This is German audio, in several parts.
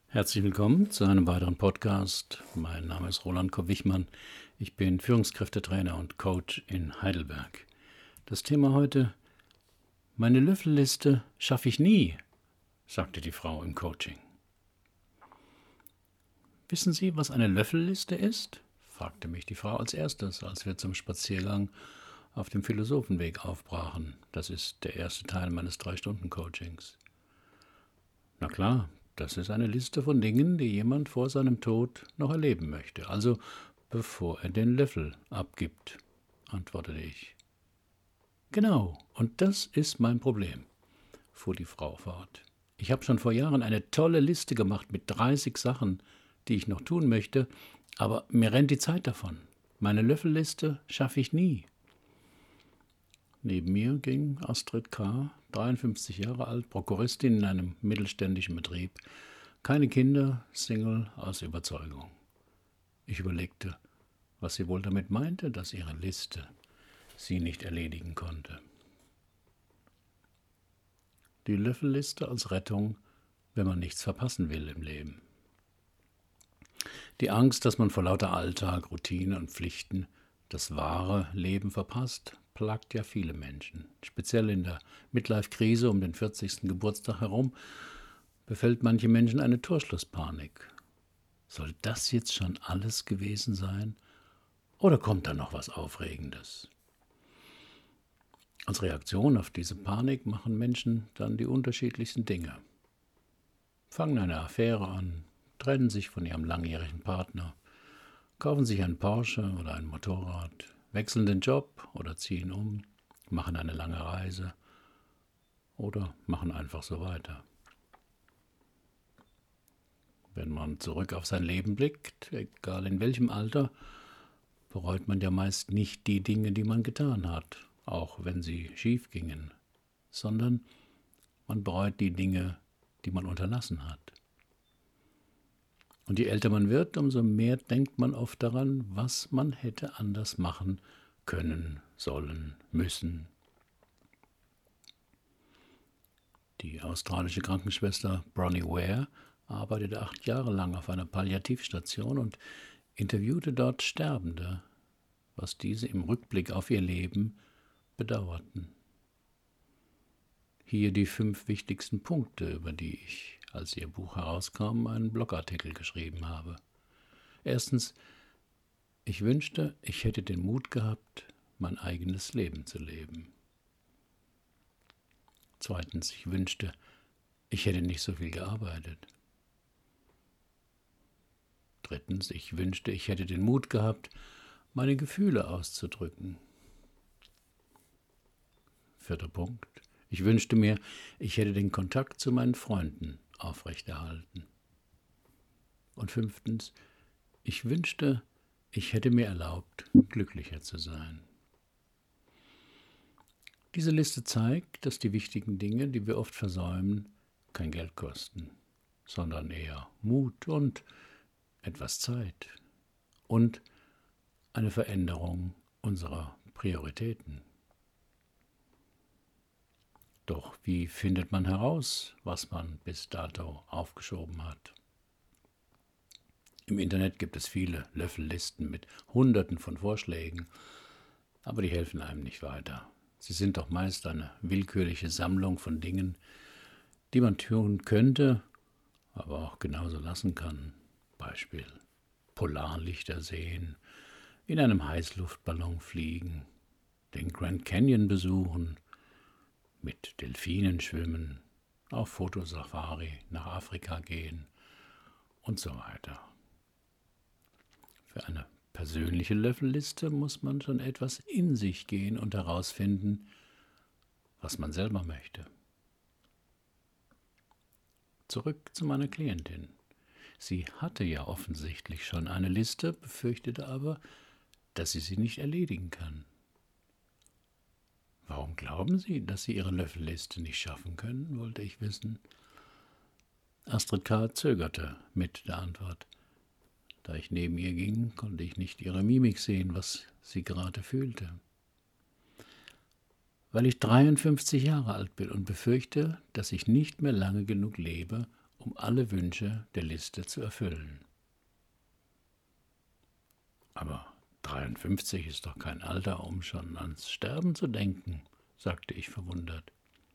Herzlich willkommen zu einem weiteren Podcast. Mein Name ist Roland Kopp-Wichmann. Ich bin Führungskräftetrainer und Coach in Heidelberg. Das Thema heute: Meine Löffelliste schaffe ich nie, sagte die Frau im Coaching. Wissen Sie, was eine Löffelliste ist? Fragte mich die Frau als erstes, als wir zum Spaziergang auf dem Philosophenweg aufbrachen. Das ist der erste Teil meines 3-Stunden-Coachings. Na klar, das ist eine Liste von Dingen, die jemand vor seinem Tod noch erleben möchte, also bevor er den Löffel abgibt, antwortete ich. Genau, und das ist mein Problem, fuhr die Frau fort. Ich habe schon vor Jahren eine tolle Liste gemacht mit 30 Sachen, die ich noch tun möchte, aber mir rennt die Zeit davon. Meine Löffelliste schaffe ich nie. Neben mir ging Astrid K., 53 Jahre alt, Prokuristin in einem mittelständischen Betrieb. Keine Kinder, Single aus Überzeugung. Ich überlegte, was sie wohl damit meinte, dass ihre Liste sie nicht erledigen konnte. Die Löffelliste als Rettung, wenn man nichts verpassen will im Leben. Die Angst, dass man vor lauter Alltag, Routine und Pflichten das wahre Leben verpasst, plagt ja viele Menschen. Speziell in der Midlife-Krise um den 40. Geburtstag herum befällt manche Menschen eine Torschlusspanik. Soll das jetzt schon alles gewesen sein? Oder kommt da noch was Aufregendes? Als Reaktion auf diese Panik machen Menschen dann die unterschiedlichsten Dinge. Fangen eine Affäre an, trennen sich von ihrem langjährigen Partner, kaufen sich einen Porsche oder ein Motorrad, wechseln den Job oder ziehen um, machen eine lange Reise oder machen einfach so weiter. Wenn man zurück auf sein Leben blickt, egal in welchem Alter, bereut man ja meist nicht die Dinge, die man getan hat, auch wenn sie schief gingen, sondern man bereut die Dinge, die man unterlassen hat. Und je älter man wird, umso mehr denkt man oft daran, was man hätte anders machen können, sollen, müssen. Die australische Krankenschwester Bronnie Ware arbeitete 8 Jahre lang auf einer Palliativstation und interviewte dort Sterbende, was diese im Rückblick auf ihr Leben bedauerten. Hier die 5 wichtigsten Punkte, über die ich, als ihr Buch herauskam, einen Blogartikel geschrieben habe. Erstens: Ich wünschte, ich hätte den Mut gehabt, mein eigenes Leben zu leben. Zweitens: Ich wünschte, ich hätte nicht so viel gearbeitet. Drittens: Ich wünschte, ich hätte den Mut gehabt, meine Gefühle auszudrücken. 4. Punkt: Ich wünschte mir, ich hätte den Kontakt zu meinen Freunden aufrechterhalten. Und 5. Ich wünschte, ich hätte mir erlaubt, glücklicher zu sein. Diese Liste zeigt, dass die wichtigen Dinge, die wir oft versäumen, kein Geld kosten, sondern eher Mut und etwas Zeit und eine Veränderung unserer Prioritäten. Doch wie findet man heraus, was man bis dato aufgeschoben hat? Im Internet gibt es viele Löffellisten mit Hunderten von Vorschlägen, aber die helfen einem nicht weiter. Sie sind doch meist eine willkürliche Sammlung von Dingen, die man tun könnte, aber auch genauso lassen kann. Beispiel: Polarlichter sehen, in einem Heißluftballon fliegen, den Grand Canyon besuchen, mit Delfinen schwimmen, auf Fotosafari nach Afrika gehen und so weiter. Für eine persönliche Löffelliste muss man schon etwas in sich gehen und herausfinden, was man selber möchte. Zurück zu meiner Klientin. Sie hatte ja offensichtlich schon eine Liste, befürchtete aber, dass sie nicht erledigen kann. Warum glauben Sie, dass Sie Ihre Löffelliste nicht schaffen können, wollte ich wissen. Astrid K. zögerte mit der Antwort. Da ich neben ihr ging, konnte ich nicht ihre Mimik sehen, was sie gerade fühlte. Weil ich 53 Jahre alt bin und befürchte, dass ich nicht mehr lange genug lebe, um alle Wünsche der Liste zu erfüllen. Aber 53 ist doch kein Alter, um schon ans Sterben zu denken, sagte ich verwundert.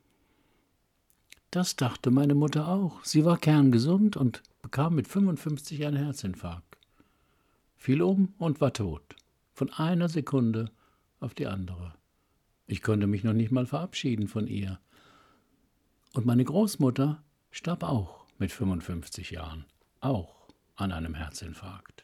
Das dachte meine Mutter auch. Sie war kerngesund und bekam mit 55 einen Herzinfarkt. Fiel um und war tot. Von einer Sekunde auf die andere. Ich konnte mich noch nicht mal verabschieden von ihr. Und meine Großmutter starb auch mit 55 Jahren, auch an einem Herzinfarkt.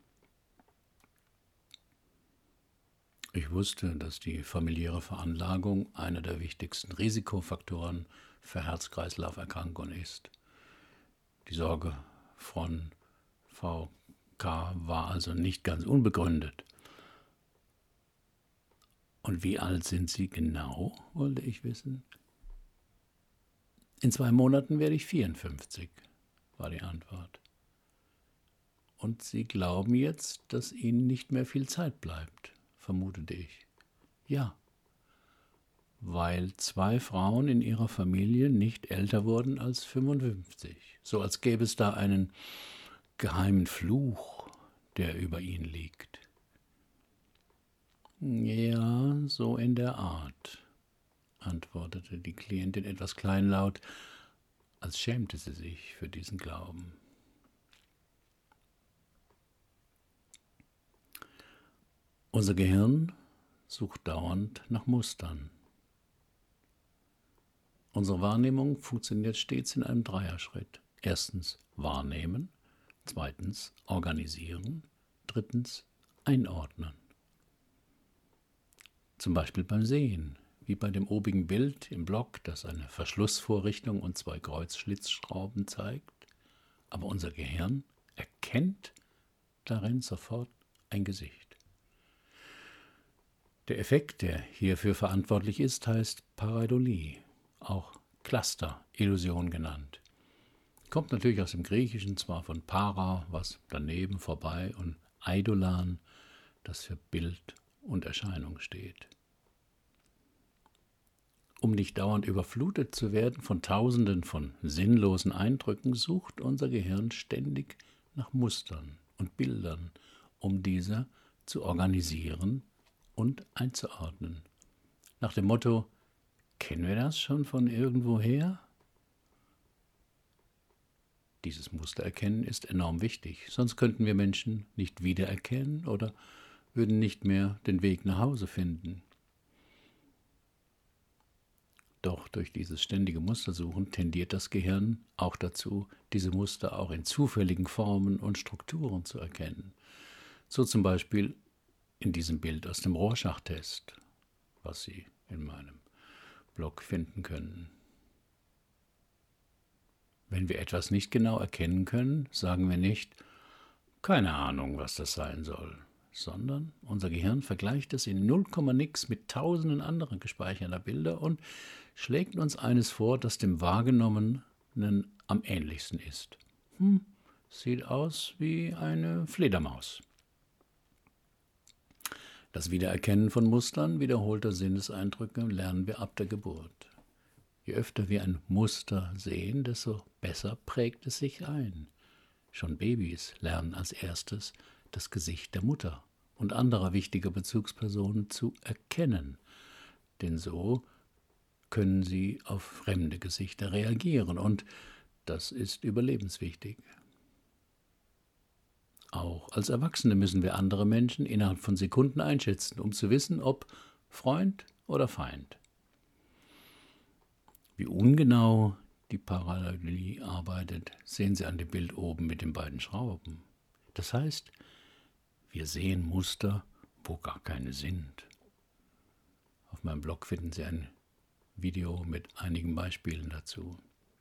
Ich wusste, dass die familiäre Veranlagung einer der wichtigsten Risikofaktoren für Herz-Kreislauf-Erkrankungen ist. Die Sorge von Frau K. war also nicht ganz unbegründet. Und wie alt sind Sie genau, wollte ich wissen. In 2 Monaten werde ich 54, war die Antwort. Und Sie glauben jetzt, dass Ihnen nicht mehr viel Zeit bleibt, vermutete ich. Ja, weil 2 Frauen in ihrer Familie nicht älter wurden als 55. So als gäbe es da einen geheimen Fluch, der über ihnen liegt. Ja, so in der Art, antwortete die Klientin etwas kleinlaut, als schämte sie sich für diesen Glauben. Unser Gehirn sucht dauernd nach Mustern. Unsere Wahrnehmung funktioniert stets in einem Dreierschritt. Erstens wahrnehmen, zweitens organisieren, drittens einordnen. Zum Beispiel beim Sehen, wie bei dem obigen Bild im Block, das eine Verschlussvorrichtung und 2 Kreuzschlitzschrauben zeigt. Aber unser Gehirn erkennt darin sofort ein Gesicht. Der Effekt, der hierfür verantwortlich ist, heißt Pareidolie, auch Cluster-Illusion genannt. Kommt natürlich aus dem Griechischen, zwar von para, was daneben, vorbei, und eidolan, das für Bild und Erscheinung steht. Um nicht dauernd überflutet zu werden von Tausenden von sinnlosen Eindrücken, sucht unser Gehirn ständig nach Mustern und Bildern, um diese zu organisieren und einzuordnen. Nach dem Motto: Kennen wir das schon von irgendwoher? Dieses Mustererkennen ist enorm wichtig, sonst könnten wir Menschen nicht wiedererkennen oder würden nicht mehr den Weg nach Hause finden. Doch durch dieses ständige Mustersuchen tendiert das Gehirn auch dazu, diese Muster auch in zufälligen Formen und Strukturen zu erkennen. So zum Beispiel in diesem Bild aus dem Rorschach-Test, was Sie in meinem Blog finden können. Wenn wir etwas nicht genau erkennen können, sagen wir nicht, keine Ahnung, was das sein soll, sondern unser Gehirn vergleicht es in 0, nix mit tausenden anderen gespeicherter Bilder und schlägt uns eines vor, das dem Wahrgenommenen am ähnlichsten ist. Sieht aus wie eine Fledermaus. Das Wiedererkennen von Mustern wiederholter Sinneseindrücke lernen wir ab der Geburt. Je öfter wir ein Muster sehen, desto besser prägt es sich ein. Schon Babys lernen als erstes das Gesicht der Mutter und anderer wichtiger Bezugspersonen zu erkennen, denn so können sie auf fremde Gesichter reagieren und das ist überlebenswichtig. Auch als Erwachsene müssen wir andere Menschen innerhalb von Sekunden einschätzen, um zu wissen, ob Freund oder Feind. Wie ungenau die Pareidolie arbeitet, sehen Sie an dem Bild oben mit den beiden Schrauben. Das heißt, wir sehen Muster, wo gar keine sind. Auf meinem Blog finden Sie ein Video mit einigen Beispielen dazu.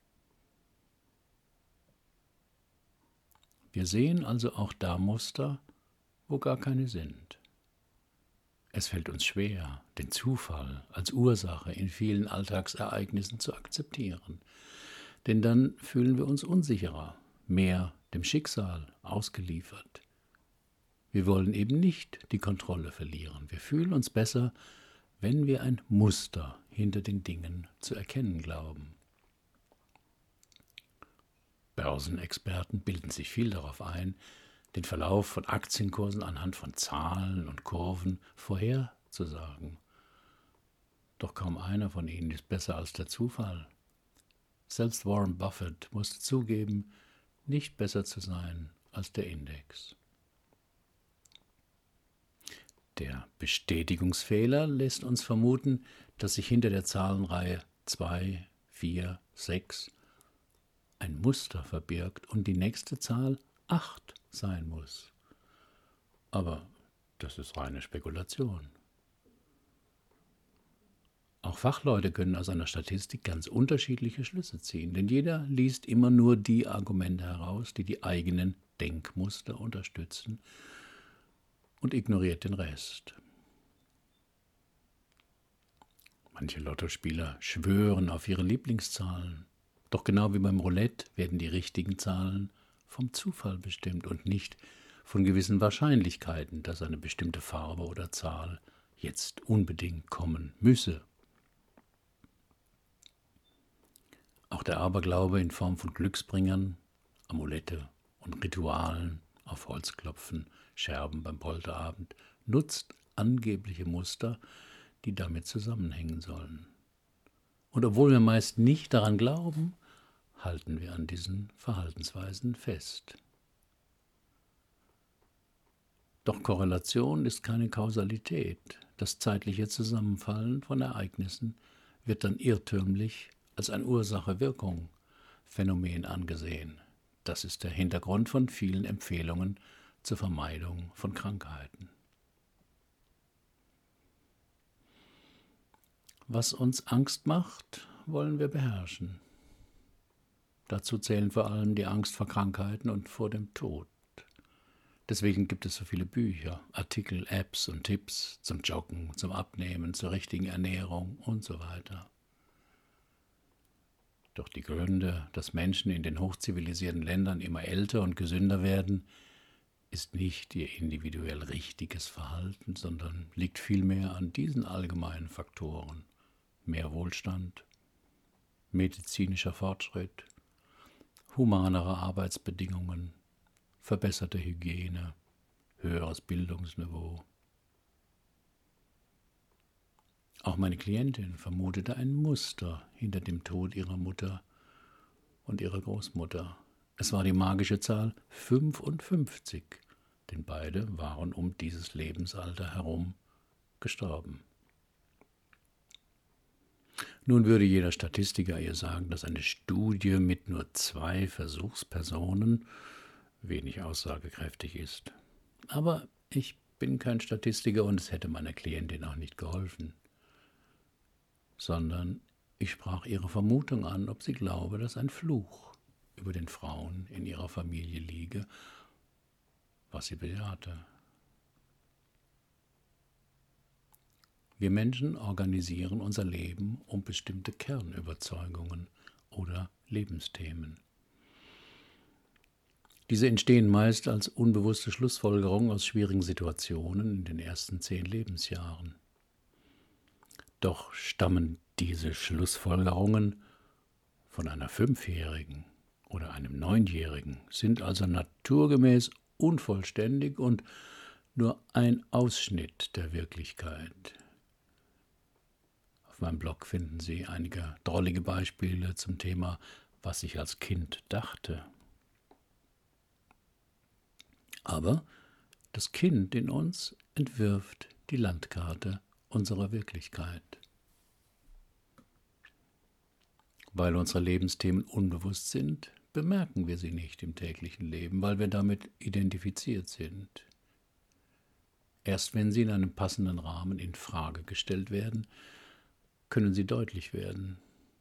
Wir sehen also auch da Muster, wo gar keine sind. Es fällt uns schwer, den Zufall als Ursache in vielen Alltagsereignissen zu akzeptieren, denn dann fühlen wir uns unsicherer, mehr dem Schicksal ausgeliefert. Wir wollen eben nicht die Kontrolle verlieren. Wir fühlen uns besser, wenn wir ein Muster hinter den Dingen zu erkennen glauben. Börsenexperten bilden sich viel darauf ein, den Verlauf von Aktienkursen anhand von Zahlen und Kurven vorherzusagen. Doch kaum einer von ihnen ist besser als der Zufall. Selbst Warren Buffett musste zugeben, nicht besser zu sein als der Index. Der Bestätigungsfehler lässt uns vermuten, dass sich hinter der Zahlenreihe 2, 4, 6 ein Muster verbirgt und die nächste Zahl 8 sein muss. Aber das ist reine Spekulation. Auch Fachleute können aus einer Statistik ganz unterschiedliche Schlüsse ziehen, denn jeder liest immer nur die Argumente heraus, die die eigenen Denkmuster unterstützen und ignoriert den Rest. Manche Lottospieler schwören auf ihre Lieblingszahlen. Doch genau wie beim Roulette werden die richtigen Zahlen vom Zufall bestimmt und nicht von gewissen Wahrscheinlichkeiten, dass eine bestimmte Farbe oder Zahl jetzt unbedingt kommen müsse. Auch der Aberglaube in Form von Glücksbringern, Amulette und Ritualen auf Holzklopfen, Scherben beim Polterabend nutzt angebliche Muster, die damit zusammenhängen sollen. Und obwohl wir meist nicht daran glauben, halten wir an diesen Verhaltensweisen fest. Doch Korrelation ist keine Kausalität. Das zeitliche Zusammenfallen von Ereignissen wird dann irrtümlich als ein Ursache-Wirkung-Phänomen angesehen. Das ist der Hintergrund von vielen Empfehlungen zur Vermeidung von Krankheiten. Was uns Angst macht, wollen wir beherrschen. Dazu zählen vor allem die Angst vor Krankheiten und vor dem Tod. Deswegen gibt es so viele Bücher, Artikel, Apps und Tipps zum Joggen, zum Abnehmen, zur richtigen Ernährung und so weiter. Doch die Gründe, dass Menschen in den hochzivilisierten Ländern immer älter und gesünder werden, ist nicht ihr individuell richtiges Verhalten, sondern liegt vielmehr an diesen allgemeinen Faktoren. Mehr Wohlstand, medizinischer Fortschritt, humanere Arbeitsbedingungen, verbesserte Hygiene, höheres Bildungsniveau. Auch meine Klientin vermutete ein Muster hinter dem Tod ihrer Mutter und ihrer Großmutter. Es war die magische Zahl 55, denn beide waren um dieses Lebensalter herum gestorben. Nun würde jeder Statistiker ihr sagen, dass eine Studie mit nur 2 Versuchspersonen wenig aussagekräftig ist. Aber ich bin kein Statistiker und es hätte meiner Klientin auch nicht geholfen, sondern ich sprach ihre Vermutung an, ob sie glaube, dass ein Fluch über den Frauen in ihrer Familie liege, was sie bejahte. Wir Menschen organisieren unser Leben um bestimmte Kernüberzeugungen oder Lebensthemen. Diese entstehen meist als unbewusste Schlussfolgerung aus schwierigen Situationen in den ersten 10 Lebensjahren. Doch stammen diese Schlussfolgerungen von einer 5-Jährigen oder einem 9-Jährigen, sind also naturgemäß unvollständig und nur ein Ausschnitt der Wirklichkeit. Auf meinem Blog finden Sie einige drollige Beispiele zum Thema, was ich als Kind dachte. Aber das Kind in uns entwirft die Landkarte unserer Wirklichkeit. Weil unsere Lebensthemen unbewusst sind, bemerken wir sie nicht im täglichen Leben, weil wir damit identifiziert sind. Erst wenn sie in einem passenden Rahmen in Frage gestellt werden, können sie deutlich werden.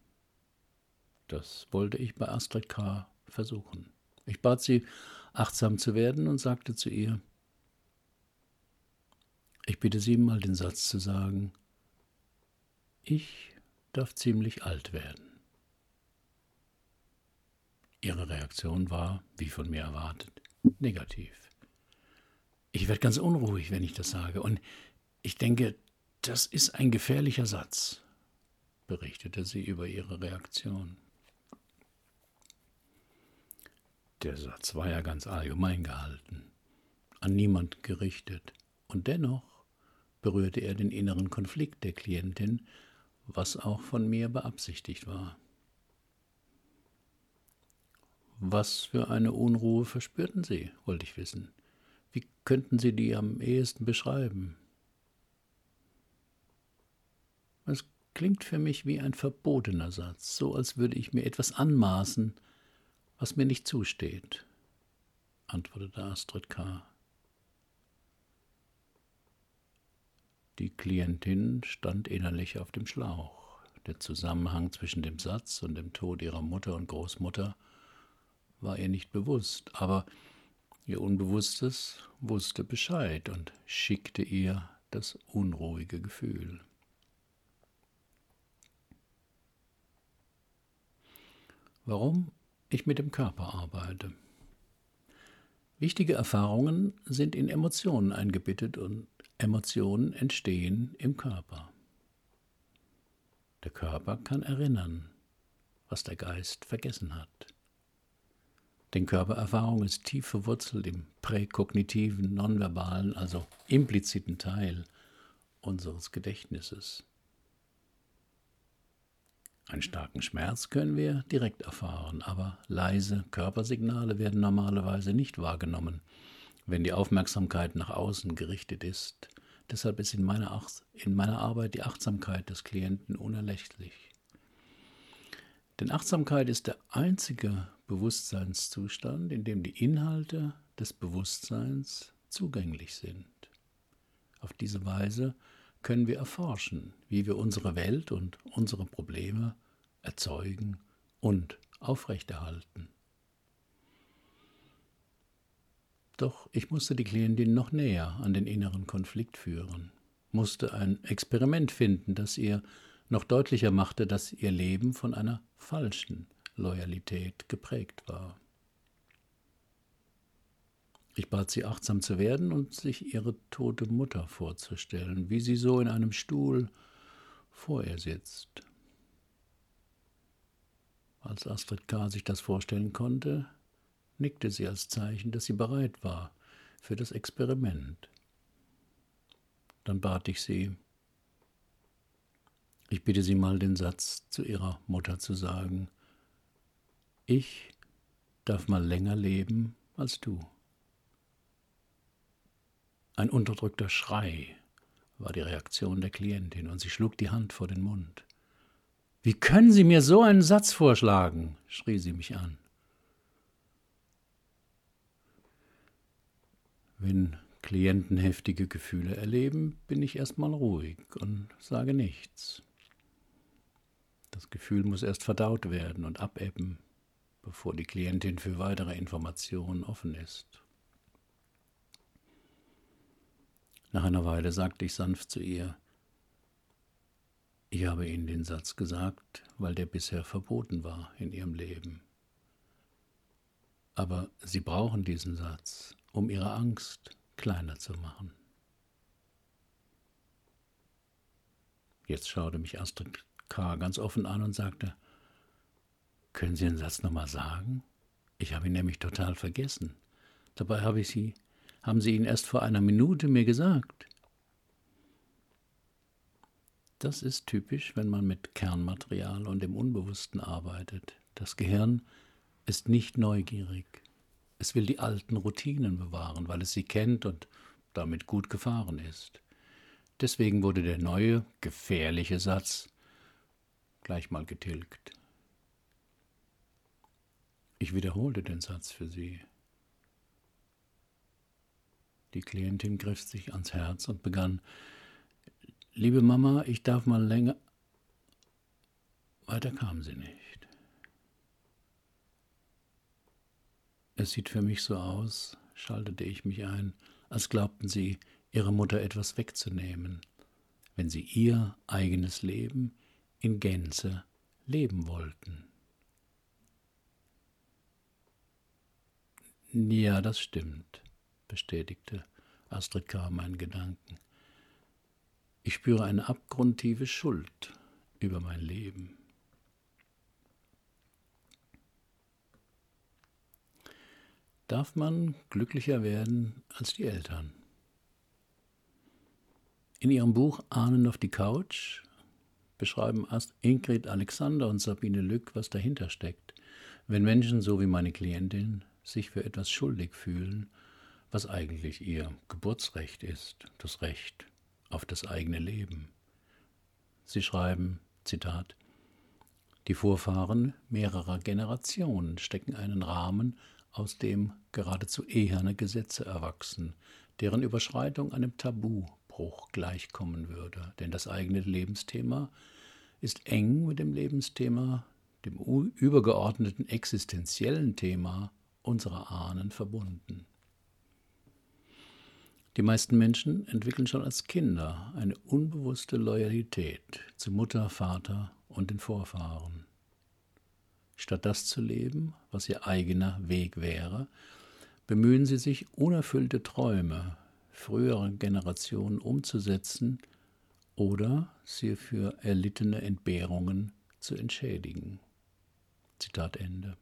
Das wollte ich bei Astrid K. versuchen. Ich bat sie, achtsam zu werden und sagte zu ihr: Ich bitte Sie mal den Satz zu sagen: Ich darf ziemlich alt werden. Ihre Reaktion war, wie von mir erwartet, negativ. Ich werde ganz unruhig, wenn ich das sage, und ich denke, das ist ein gefährlicher Satz, berichtete sie über ihre Reaktion. Der Satz war ja ganz allgemein gehalten, an niemand gerichtet, und dennoch berührte er den inneren Konflikt der Klientin, was auch von mir beabsichtigt war. Was für eine Unruhe verspürten Sie, wollte ich wissen. Wie könnten Sie die am ehesten beschreiben? Es klingt für mich wie ein verbotener Satz, so als würde ich mir etwas anmaßen, was mir nicht zusteht, antwortete Astrid K. Die Klientin stand innerlich auf dem Schlauch. Der Zusammenhang zwischen dem Satz und dem Tod ihrer Mutter und Großmutter war ihr nicht bewusst, aber ihr Unbewusstes wusste Bescheid und schickte ihr das unruhige Gefühl. Warum ich mit dem Körper arbeite. Wichtige Erfahrungen sind in Emotionen eingebettet und Emotionen entstehen im Körper. Der Körper kann erinnern, was der Geist vergessen hat. Denn Körpererfahrung ist tief verwurzelt im präkognitiven, nonverbalen, also impliziten Teil unseres Gedächtnisses. Einen starken Schmerz können wir direkt erfahren, aber leise Körpersignale werden normalerweise nicht wahrgenommen, wenn die Aufmerksamkeit nach außen gerichtet ist. Deshalb ist in meiner Arbeit die Achtsamkeit des Klienten unerlässlich. Denn Achtsamkeit ist der einzige Bewusstseinszustand, in dem die Inhalte des Bewusstseins zugänglich sind. Auf diese Weise können wir erforschen, wie wir unsere Welt und unsere Probleme erzeugen und aufrechterhalten. Doch ich musste die Klientin noch näher an den inneren Konflikt führen, musste ein Experiment finden, das ihr noch deutlicher machte, dass ihr Leben von einer falschen Loyalität geprägt war. Ich bat sie, achtsam zu werden und sich ihre tote Mutter vorzustellen, wie sie so in einem Stuhl vor ihr sitzt. Als Astrid K. sich das vorstellen konnte, nickte sie als Zeichen, dass sie bereit war für das Experiment. Dann bat ich sie, ich bitte Sie mal den Satz zu Ihrer Mutter zu sagen, ich darf mal länger leben als du. Ein unterdrückter Schrei war die Reaktion der Klientin und sie schlug die Hand vor den Mund. »Wie können Sie mir so einen Satz vorschlagen?« schrie sie mich an. Wenn Klienten heftige Gefühle erleben, bin ich erstmal ruhig und sage nichts. Das Gefühl muss erst verdaut werden und abebben, bevor die Klientin für weitere Informationen offen ist. Nach einer Weile sagte ich sanft zu ihr, ich habe Ihnen den Satz gesagt, weil der bisher verboten war in Ihrem Leben. Aber Sie brauchen diesen Satz, um Ihre Angst kleiner zu machen. Jetzt schaute mich Astrid K. ganz offen an und sagte, können Sie den Satz nochmal sagen? Ich habe ihn nämlich total vergessen. Dabei haben Sie ihn erst vor einer Minute mir gesagt. Das ist typisch, wenn man mit Kernmaterial und dem Unbewussten arbeitet. Das Gehirn ist nicht neugierig. Es will die alten Routinen bewahren, weil es sie kennt und damit gut gefahren ist. Deswegen wurde der neue, gefährliche Satz gleich mal getilgt. Ich wiederholte den Satz für sie. Die Klientin griff sich ans Herz und begann, »Liebe Mama, ich darf mal länger...« Weiter kam sie nicht. Es sieht für mich so aus, schaltete ich mich ein, als glaubten sie, ihrer Mutter etwas wegzunehmen, wenn sie ihr eigenes Leben in Gänze leben wollten. Ja, das stimmt, bestätigte Astrid K. meinen Gedanken. Ich spüre eine abgrundtiefe Schuld über mein Leben. darf man glücklicher werden als die Eltern. In ihrem Buch Ahnen auf die Couch beschreiben Ingrid Alexander und Sabine Lück, was dahinter steckt, wenn Menschen, so wie meine Klientin, sich für etwas schuldig fühlen, was eigentlich ihr Geburtsrecht ist, das Recht auf das eigene Leben. Sie schreiben, Zitat, die Vorfahren mehrerer Generationen stecken einen Rahmen, aus dem geradezu eherne Gesetze erwachsen, deren Überschreitung einem Tabubruch gleichkommen würde. Denn das eigene Lebensthema ist eng mit dem Lebensthema, dem übergeordneten existenziellen Thema unserer Ahnen verbunden. Die meisten Menschen entwickeln schon als Kinder eine unbewusste Loyalität zu Mutter, Vater und den Vorfahren. Statt das zu leben, was ihr eigener Weg wäre, bemühen sie sich, unerfüllte Träume früherer Generationen umzusetzen oder sie für erlittene Entbehrungen zu entschädigen. Zitat Ende.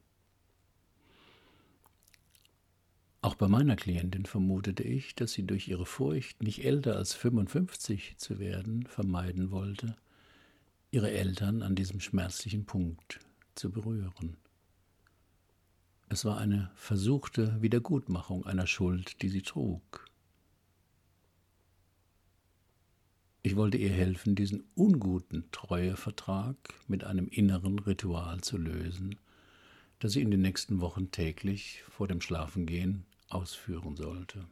Auch bei meiner Klientin vermutete ich, dass sie durch ihre Furcht, nicht älter als 55 zu werden, vermeiden wollte, ihre Eltern an diesem schmerzlichen Punkt zu berühren. Es war eine versuchte Wiedergutmachung einer Schuld, die sie trug. Ich wollte ihr helfen, diesen unguten Treuevertrag mit einem inneren Ritual zu lösen, das sie in den nächsten Wochen täglich vor dem Schlafengehen ausführen sollte.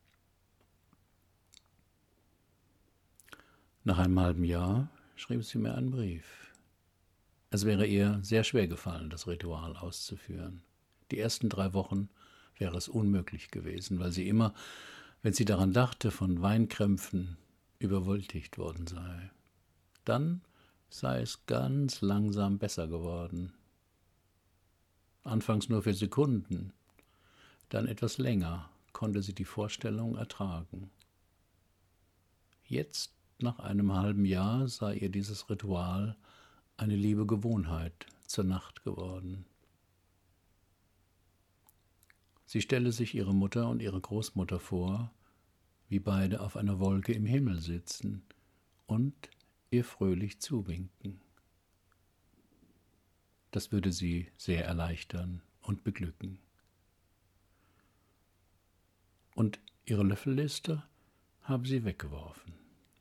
Nach einem halben Jahr schrieb sie mir einen Brief. Es wäre ihr sehr schwer gefallen, das Ritual auszuführen. Die ersten 3 Wochen wäre es unmöglich gewesen, weil sie immer, wenn sie daran dachte, von Weinkrämpfen überwältigt worden sei. Dann sei es ganz langsam besser geworden. Anfangs nur für Sekunden, dann etwas länger konnte sie die Vorstellung ertragen. Jetzt, nach einem halben Jahr, sei ihr dieses Ritual eine liebe Gewohnheit zur Nacht geworden. Sie stelle sich ihre Mutter und ihre Großmutter vor, wie beide auf einer Wolke im Himmel sitzen und ihr fröhlich zuwinken. Das würde sie sehr erleichtern und beglücken. Und ihre Löffelliste habe sie weggeworfen.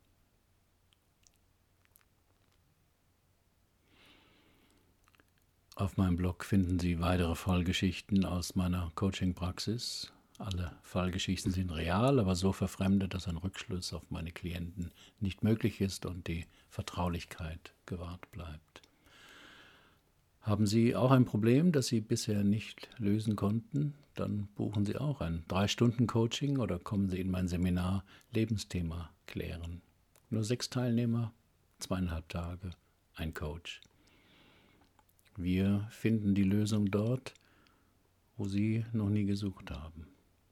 Auf meinem Blog finden Sie weitere Fallgeschichten aus meiner Coaching-Praxis. Alle Fallgeschichten sind real, aber so verfremdet, dass ein Rückschluss auf meine Klienten nicht möglich ist und die Vertraulichkeit gewahrt bleibt. Haben Sie auch ein Problem, das Sie bisher nicht lösen konnten? Dann buchen Sie auch ein 3-Stunden-Coaching oder kommen Sie in mein Seminar Lebensthema klären. Nur 6 Teilnehmer, 2,5 Tage, ein Coach. Wir finden die Lösung dort, wo Sie noch nie gesucht haben.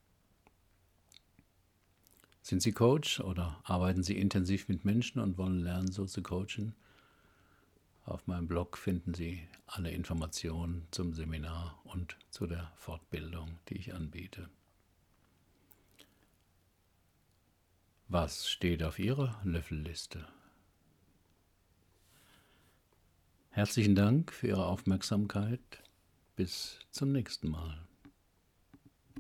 Sind Sie Coach oder arbeiten Sie intensiv mit Menschen und wollen lernen, so zu coachen? Auf meinem Blog finden Sie alle Informationen zum Seminar und zu der Fortbildung, die ich anbiete. Was steht auf Ihrer Löffelliste? Herzlichen Dank für Ihre Aufmerksamkeit. Bis zum nächsten Mal.